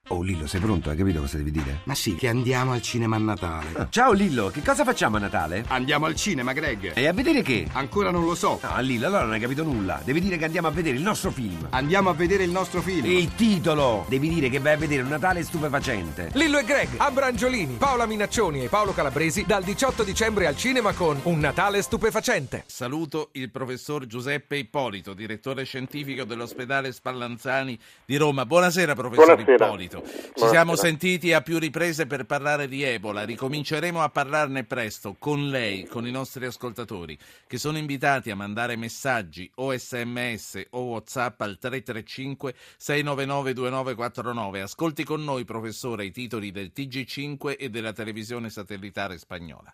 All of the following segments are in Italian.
Oh Lillo, sei pronto? Hai capito cosa devi dire? Ma sì, che andiamo al cinema a Natale. Ciao Lillo, che cosa facciamo a Natale? Andiamo al cinema, Greg. E a vedere che? Ancora non lo so. No, Lillo, allora non hai capito nulla. Devi dire che andiamo a vedere il nostro film. Andiamo a vedere il nostro film. Il titolo! Devi dire che vai a vedere un Natale stupefacente. Lillo e Greg, Abrangiolini, Paola Minaccioni e Paolo Calabresi dal 18 dicembre al cinema con Un Natale stupefacente. Saluto il professor Giuseppe Ippolito, direttore scientifico dell'ospedale Spallanzani di Roma. Buonasera professor Buonasera. Ippolito. Ci siamo sentiti a più riprese per parlare di Ebola. Ricominceremo a parlarne presto con lei, con i nostri ascoltatori, che sono invitati a mandare messaggi o SMS o WhatsApp al 335 699 2949. Ascolti con noi, professore, i titoli del TG5 e della televisione satellitare spagnola.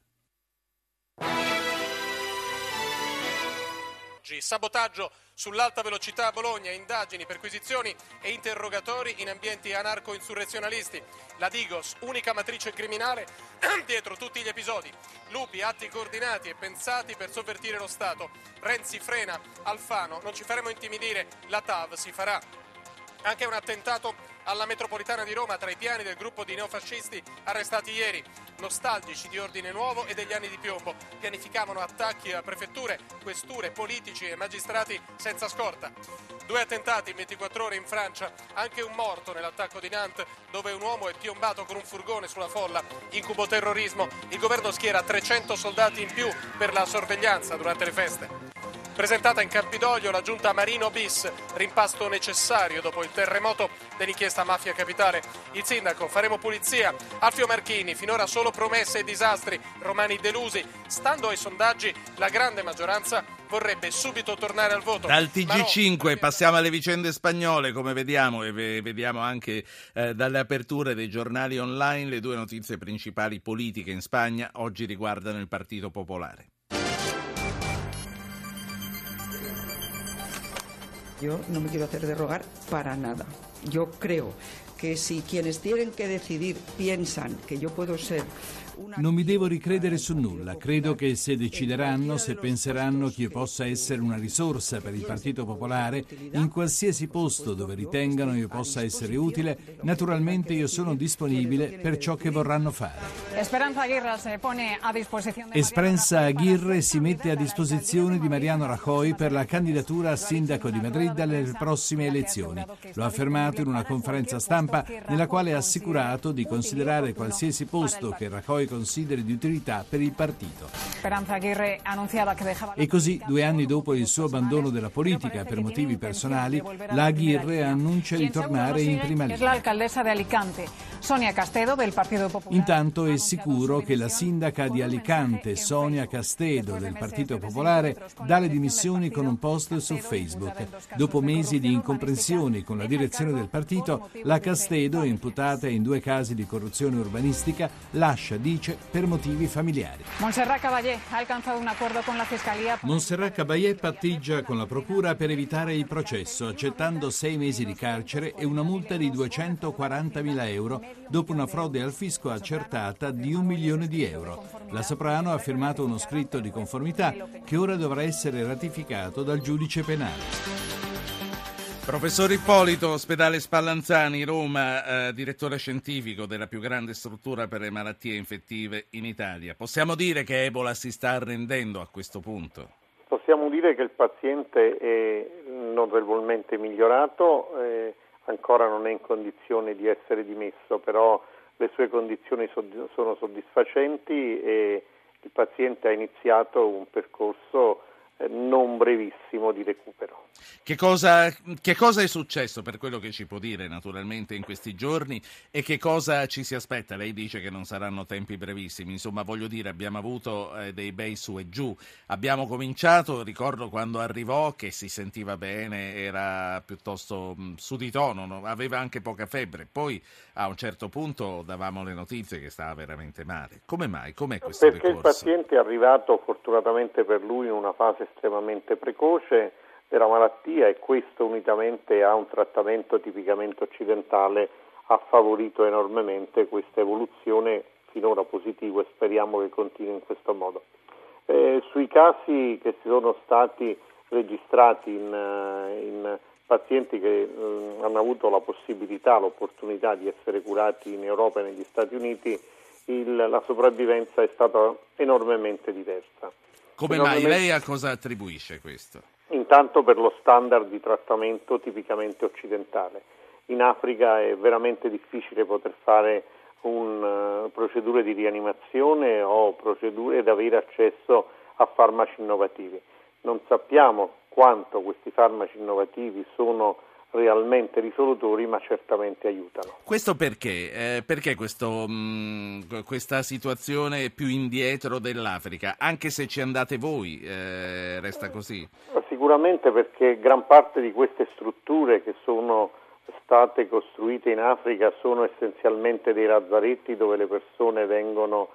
Sabotaggio sull'alta velocità a Bologna, indagini, perquisizioni e interrogatori in ambienti anarco-insurrezionalisti. La Digos, unica matrice criminale dietro tutti gli episodi. Lupi, atti coordinati e pensati per sovvertire lo Stato. Renzi frena, Alfano, non ci faremo intimidire, la TAV si farà. Anche un attentato alla metropolitana di Roma tra i piani del gruppo di neofascisti arrestati ieri. Nostalgici di Ordine Nuovo e degli anni di piombo. Pianificavano attacchi a prefetture, questure, politici e magistrati senza scorta. 2 attentati in 24 ore in Francia, anche un morto nell'attacco di Nantes, dove un uomo è piombato con un furgone sulla folla. Incubo terrorismo. Il governo schiera 300 soldati in più per la sorveglianza durante le feste. Presentata in Campidoglio la giunta Marino bis, rimpasto necessario dopo il terremoto dell'inchiesta Mafia Capitale. Il sindaco, faremo pulizia. Alfio Marchini, finora solo promesse e disastri, romani delusi. Stando ai sondaggi, la grande maggioranza vorrebbe subito tornare al voto. Dal TG5 passiamo alle vicende spagnole, come vediamo, e vediamo anche dalle aperture dei giornali online. Le 2 notizie principali politiche in Spagna oggi riguardano il Partito Popolare. Yo no me quiero hacer de rogar para nada. Yo creo que si quienes tienen que decidir piensan que yo puedo ser una... Non mi devo ricredere su nulla. Credo che se decideranno, se penseranno che io possa essere una risorsa per il Partito Popolare, in qualsiasi posto dove ritengano io possa essere utile, naturalmente io sono disponibile per ciò che vorranno fare. Esperanza Aguirre si mette a disposizione di Mariano Rajoy per la candidatura a sindaco di Madrid alle prossime elezioni. Lo ha affermato in una conferenza stampa nella quale ha assicurato di considerare qualsiasi posto che Rajoy consideri di utilità per il partito. E così, 2 anni dopo il suo abbandono della politica per motivi personali, la Aguirre annuncia di tornare in prima linea. Intanto è sicuro che la sindaca di Alicante, Sonia Castedo, del Partito Popolare, dà le dimissioni con un post su Facebook. Dopo mesi di incomprensioni con la direzione del partito, la Castedo, imputata in 2 casi di corruzione urbanistica, lascia, dice, per motivi familiari. Montserrat Caballé ha alcanzato un accordo con la Fiscalía. Montserrat Caballé patteggia con la procura per evitare il processo, accettando 6 mesi di carcere e una multa di 240.000 euro dopo una frode al fisco accertata di 1 milione di euro. La soprano ha firmato uno scritto di conformità che ora dovrà essere ratificato dal giudice penale. Professor Ippolito, ospedale Spallanzani, Roma, direttore scientifico della più grande struttura per le malattie infettive in Italia. Possiamo dire che Ebola si sta arrendendo a questo punto? Possiamo dire che il paziente è notevolmente migliorato, ancora non è in condizione di essere dimesso, però le sue condizioni sono soddisfacenti e il paziente ha iniziato un percorso non brevissimo di recupero. Che cosa è successo, per quello che ci può dire naturalmente in questi giorni, e che cosa ci si aspetta? Lei dice che non saranno tempi brevissimi, insomma voglio dire, abbiamo avuto dei bei su e giù, abbiamo cominciato, ricordo quando arrivò che si sentiva bene, era piuttosto su di tono, no? Aveva anche poca febbre, poi a un certo punto davamo le notizie che stava veramente male. Come mai? Com'è questo Perché ricorso? Il paziente è arrivato fortunatamente per lui in una fase estremamente precoce della malattia e questo unitamente a un trattamento tipicamente occidentale ha favorito enormemente questa evoluzione finora positiva e speriamo che continui in questo modo. Sui casi che si sono stati registrati in pazienti che hanno avuto la possibilità, l'opportunità di essere curati in Europa e negli Stati Uniti, la sopravvivenza è stata enormemente diversa. Come mai? Lei a cosa attribuisce questo? Intanto per lo standard di trattamento tipicamente occidentale. In Africa è veramente difficile poter fare procedure di rianimazione o procedure ed avere accesso a farmaci innovativi. Non sappiamo quanto questi farmaci innovativi sono realmente risolutori, ma certamente aiutano. Questo perché? Perché questa situazione più indietro dell'Africa? Anche se ci andate voi, resta così? Sicuramente perché gran parte di queste strutture che sono state costruite in Africa sono essenzialmente dei lazzaretti dove le persone vengono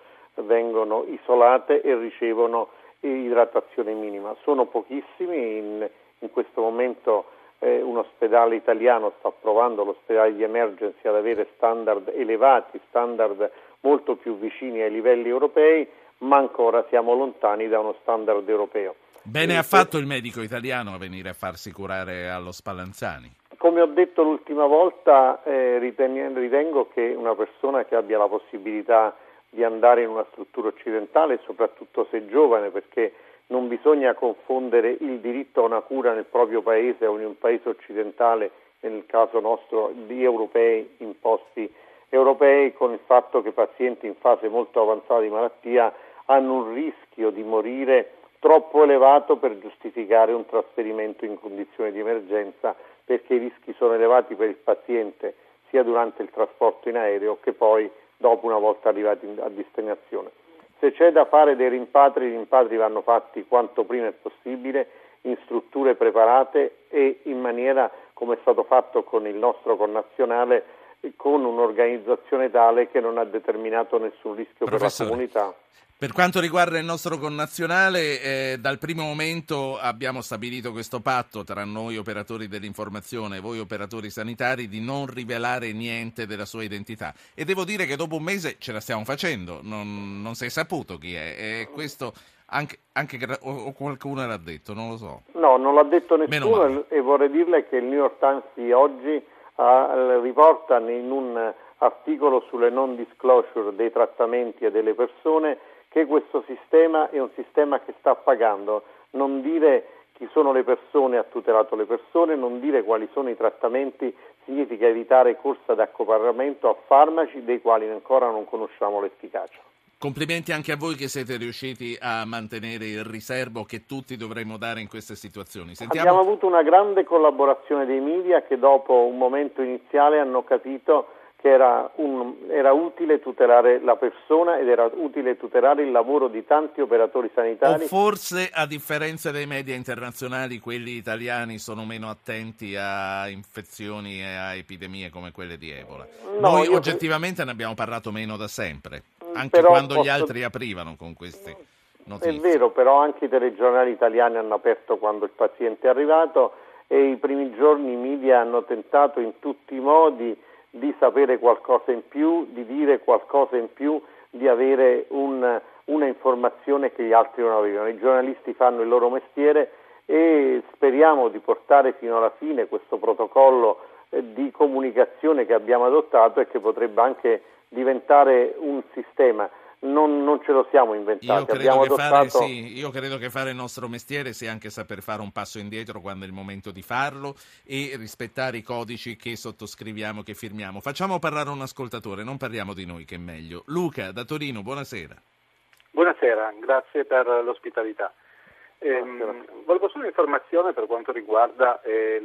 isolate e ricevono idratazione minima. Sono pochissimi, in questo momento un ospedale italiano sta provando, l'ospedale di emergency, ad avere standard elevati, standard molto più vicini ai livelli europei, ma ancora siamo lontani da uno standard europeo. Bene ha fatto il medico italiano a venire a farsi curare allo Spallanzani. Come ho detto l'ultima volta, ritengo che una persona che abbia la possibilità di andare in una struttura occidentale, soprattutto se giovane, perché non bisogna confondere il diritto a una cura nel proprio paese o in un paese occidentale, nel caso nostro di europei, imposti europei, con il fatto che pazienti in fase molto avanzata di malattia hanno un rischio di morire troppo elevato per giustificare un trasferimento in condizioni di emergenza, perché i rischi sono elevati per il paziente sia durante il trasporto in aereo che poi dopo, una volta arrivati a destinazione. Se c'è da fare dei rimpatri, i rimpatri vanno fatti quanto prima è possibile in strutture preparate e in maniera come è stato fatto con il nostro connazionale, con un'organizzazione tale che non ha determinato nessun rischio per la comunità. Per quanto riguarda il nostro connazionale, dal primo momento abbiamo stabilito questo patto tra noi operatori dell'informazione e voi operatori sanitari di non rivelare niente della sua identità. E devo dire che dopo un mese ce la stiamo facendo, non si è saputo chi è. E questo anche o qualcuno l'ha detto, non lo so. No, non l'ha detto nessuno e vorrei dirle che il New York Times di oggi riporta in un articolo sulle non disclosure dei trattamenti e delle persone che questo sistema è un sistema che sta pagando. Non dire chi sono le persone ha tutelato le persone, non dire quali sono i trattamenti significa evitare corsa d'accaparramento a farmaci dei quali ancora non conosciamo l'efficacia. Complimenti anche a voi che siete riusciti a mantenere il riservo che tutti dovremmo dare in queste situazioni. Abbiamo avuto una grande collaborazione dei media che dopo un momento iniziale hanno capito che era utile tutelare la persona ed era utile tutelare il lavoro di tanti operatori sanitari. O forse, a differenza dei media internazionali, quelli italiani sono meno attenti a infezioni e a epidemie come quelle di Ebola. Noi oggettivamente ne abbiamo parlato meno da sempre, anche quando gli altri aprivano con queste notizie. È vero, però anche i telegiornali italiani hanno aperto quando il paziente è arrivato e i primi giorni i media hanno tentato in tutti i modi di sapere qualcosa in più, di dire qualcosa in più, di avere una informazione che gli altri non avevano. I giornalisti fanno il loro mestiere e speriamo di portare fino alla fine questo protocollo di comunicazione che abbiamo adottato e che potrebbe anche diventare un sistema. Non ce lo siamo inventati. Io credo che fare il nostro mestiere sia anche saper fare un passo indietro quando è il momento di farlo e rispettare i codici che sottoscriviamo, che firmiamo. Facciamo parlare un ascoltatore, non parliamo di noi che è meglio. Luca da Torino, buonasera. Buonasera, grazie per l'ospitalità. Volevo solo un'informazione per quanto riguarda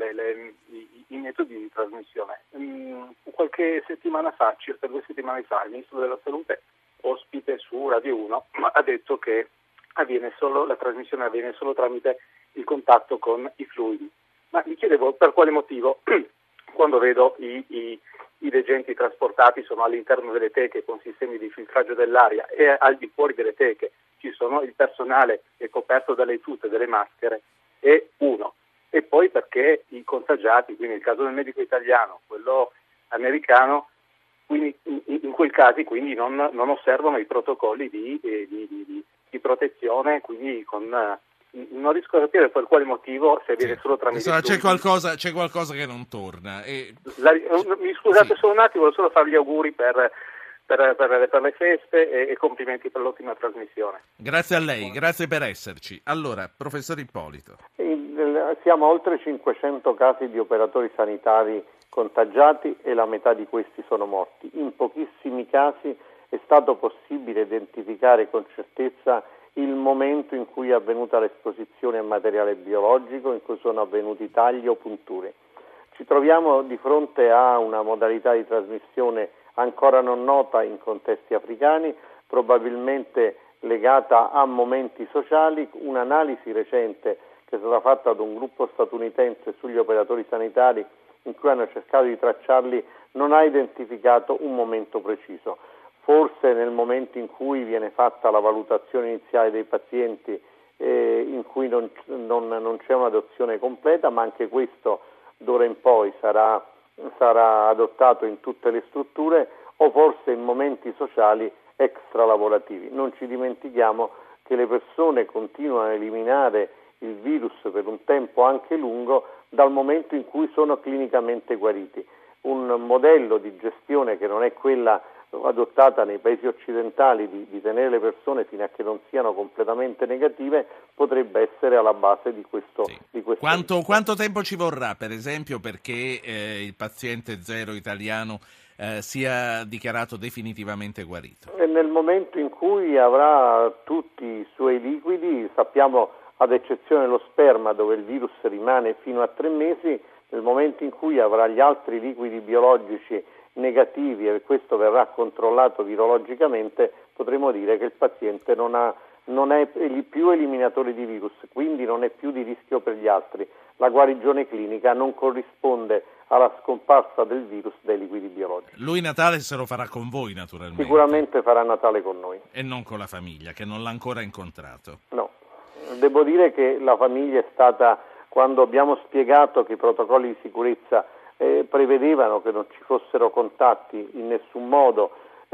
i metodi di trasmissione. Qualche settimana fa, circa 2 settimane fa, il Ministro della Salute, ospite su Radio 1, ha detto che la trasmissione avviene solo tramite il contatto con i fluidi. Ma mi chiedevo per quale motivo, quando vedo i degenti trasportati sono all'interno delle teche con sistemi di filtraggio dell'aria e al di fuori delle teche ci sono il personale che è coperto dalle tute, delle maschere, e uno. E poi perché i contagiati, quindi il caso del medico italiano, quello americano, quindi in quei casi quindi non osservano i protocolli di protezione, quindi con non riesco a capire per quale motivo, se viene solo tramite... C'è qualcosa che non torna. Mi scusate solo un attimo, volevo solo fargli auguri per le feste e complimenti per l'ottima trasmissione. Grazie a lei, grazie per esserci. Allora, professor Ippolito. Siamo a oltre 500 casi di operatori sanitari contagiati e la metà di questi sono morti. In pochissimi casi è stato possibile identificare con certezza il momento in cui è avvenuta l'esposizione a materiale biologico, in cui sono avvenuti tagli o punture. Ci troviamo di fronte a una modalità di trasmissione ancora non nota in contesti africani, probabilmente legata a momenti sociali. Un'analisi recente che è stata fatta da un gruppo statunitense sugli operatori sanitari, in cui hanno cercato di tracciarli, non ha identificato un momento preciso. Forse nel momento in cui viene fatta la valutazione iniziale dei pazienti, in cui non c'è un'adozione completa, ma anche questo d'ora in poi sarà adottato in tutte le strutture, o forse in momenti sociali extralavorativi. Non ci dimentichiamo che le persone continuano a eliminare il virus per un tempo anche lungo dal momento in cui sono clinicamente guariti. Un modello di gestione che non è quella adottata nei paesi occidentali di tenere le persone fino a che non siano completamente negative potrebbe essere alla base di questo. Quanto tempo ci vorrà, per esempio, perché il paziente zero italiano sia dichiarato definitivamente guarito? E nel momento in cui avrà tutti i suoi liquidi, sappiamo ad eccezione dello sperma dove il virus rimane fino a 3 mesi, nel momento in cui avrà gli altri liquidi biologici negativi e questo verrà controllato virologicamente, potremo dire che il paziente non è più eliminatore di virus, quindi non è più di rischio per gli altri. La guarigione clinica non corrisponde alla scomparsa del virus dai liquidi biologici. Lui Natale se lo farà con voi, naturalmente. Sicuramente farà Natale con noi. E non con la famiglia, che non l'ha ancora incontrato. No, devo dire che la famiglia è stata, quando abbiamo spiegato che i protocolli di sicurezza prevedevano che non ci fossero contatti in nessun modo,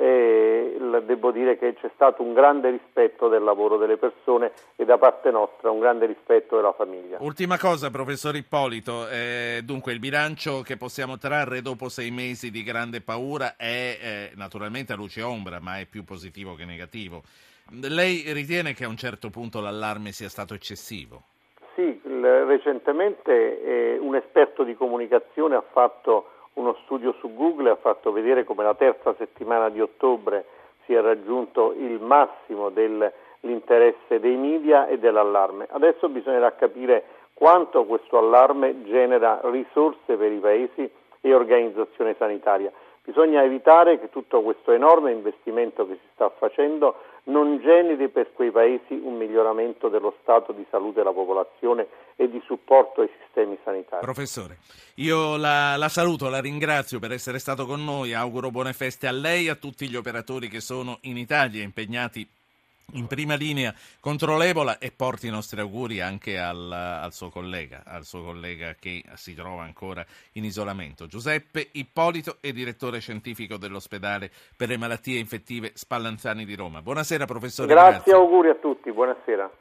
devo dire che c'è stato un grande rispetto del lavoro delle persone e da parte nostra un grande rispetto della famiglia. Ultima cosa, professor Ippolito, dunque il bilancio che possiamo trarre dopo 6 mesi di grande paura è naturalmente a luce ombra, ma è più positivo che negativo. Lei ritiene che a un certo punto l'allarme sia stato eccessivo? Sì, recentemente un esperto di comunicazione ha fatto uno studio su Google e ha fatto vedere come la terza settimana di ottobre si è raggiunto il massimo dell'interesse dei media e dell'allarme. Adesso bisognerà capire quanto questo allarme genera risorse per i paesi e organizzazione sanitaria. Bisogna evitare che tutto questo enorme investimento che si sta facendo non generi per quei paesi un miglioramento dello stato di salute della popolazione e di supporto ai sistemi sanitari. Professore, io la saluto, la ringrazio per essere stato con noi, auguro buone feste a lei e a tutti gli operatori che sono in Italia impegnati in prima linea contro l'Ebola e porti i nostri auguri anche al suo collega che si trova ancora in isolamento. Giuseppe Ippolito è direttore scientifico dell'ospedale per le malattie infettive Spallanzani di Roma. Buonasera professore. Grazie, auguri a tutti, buonasera.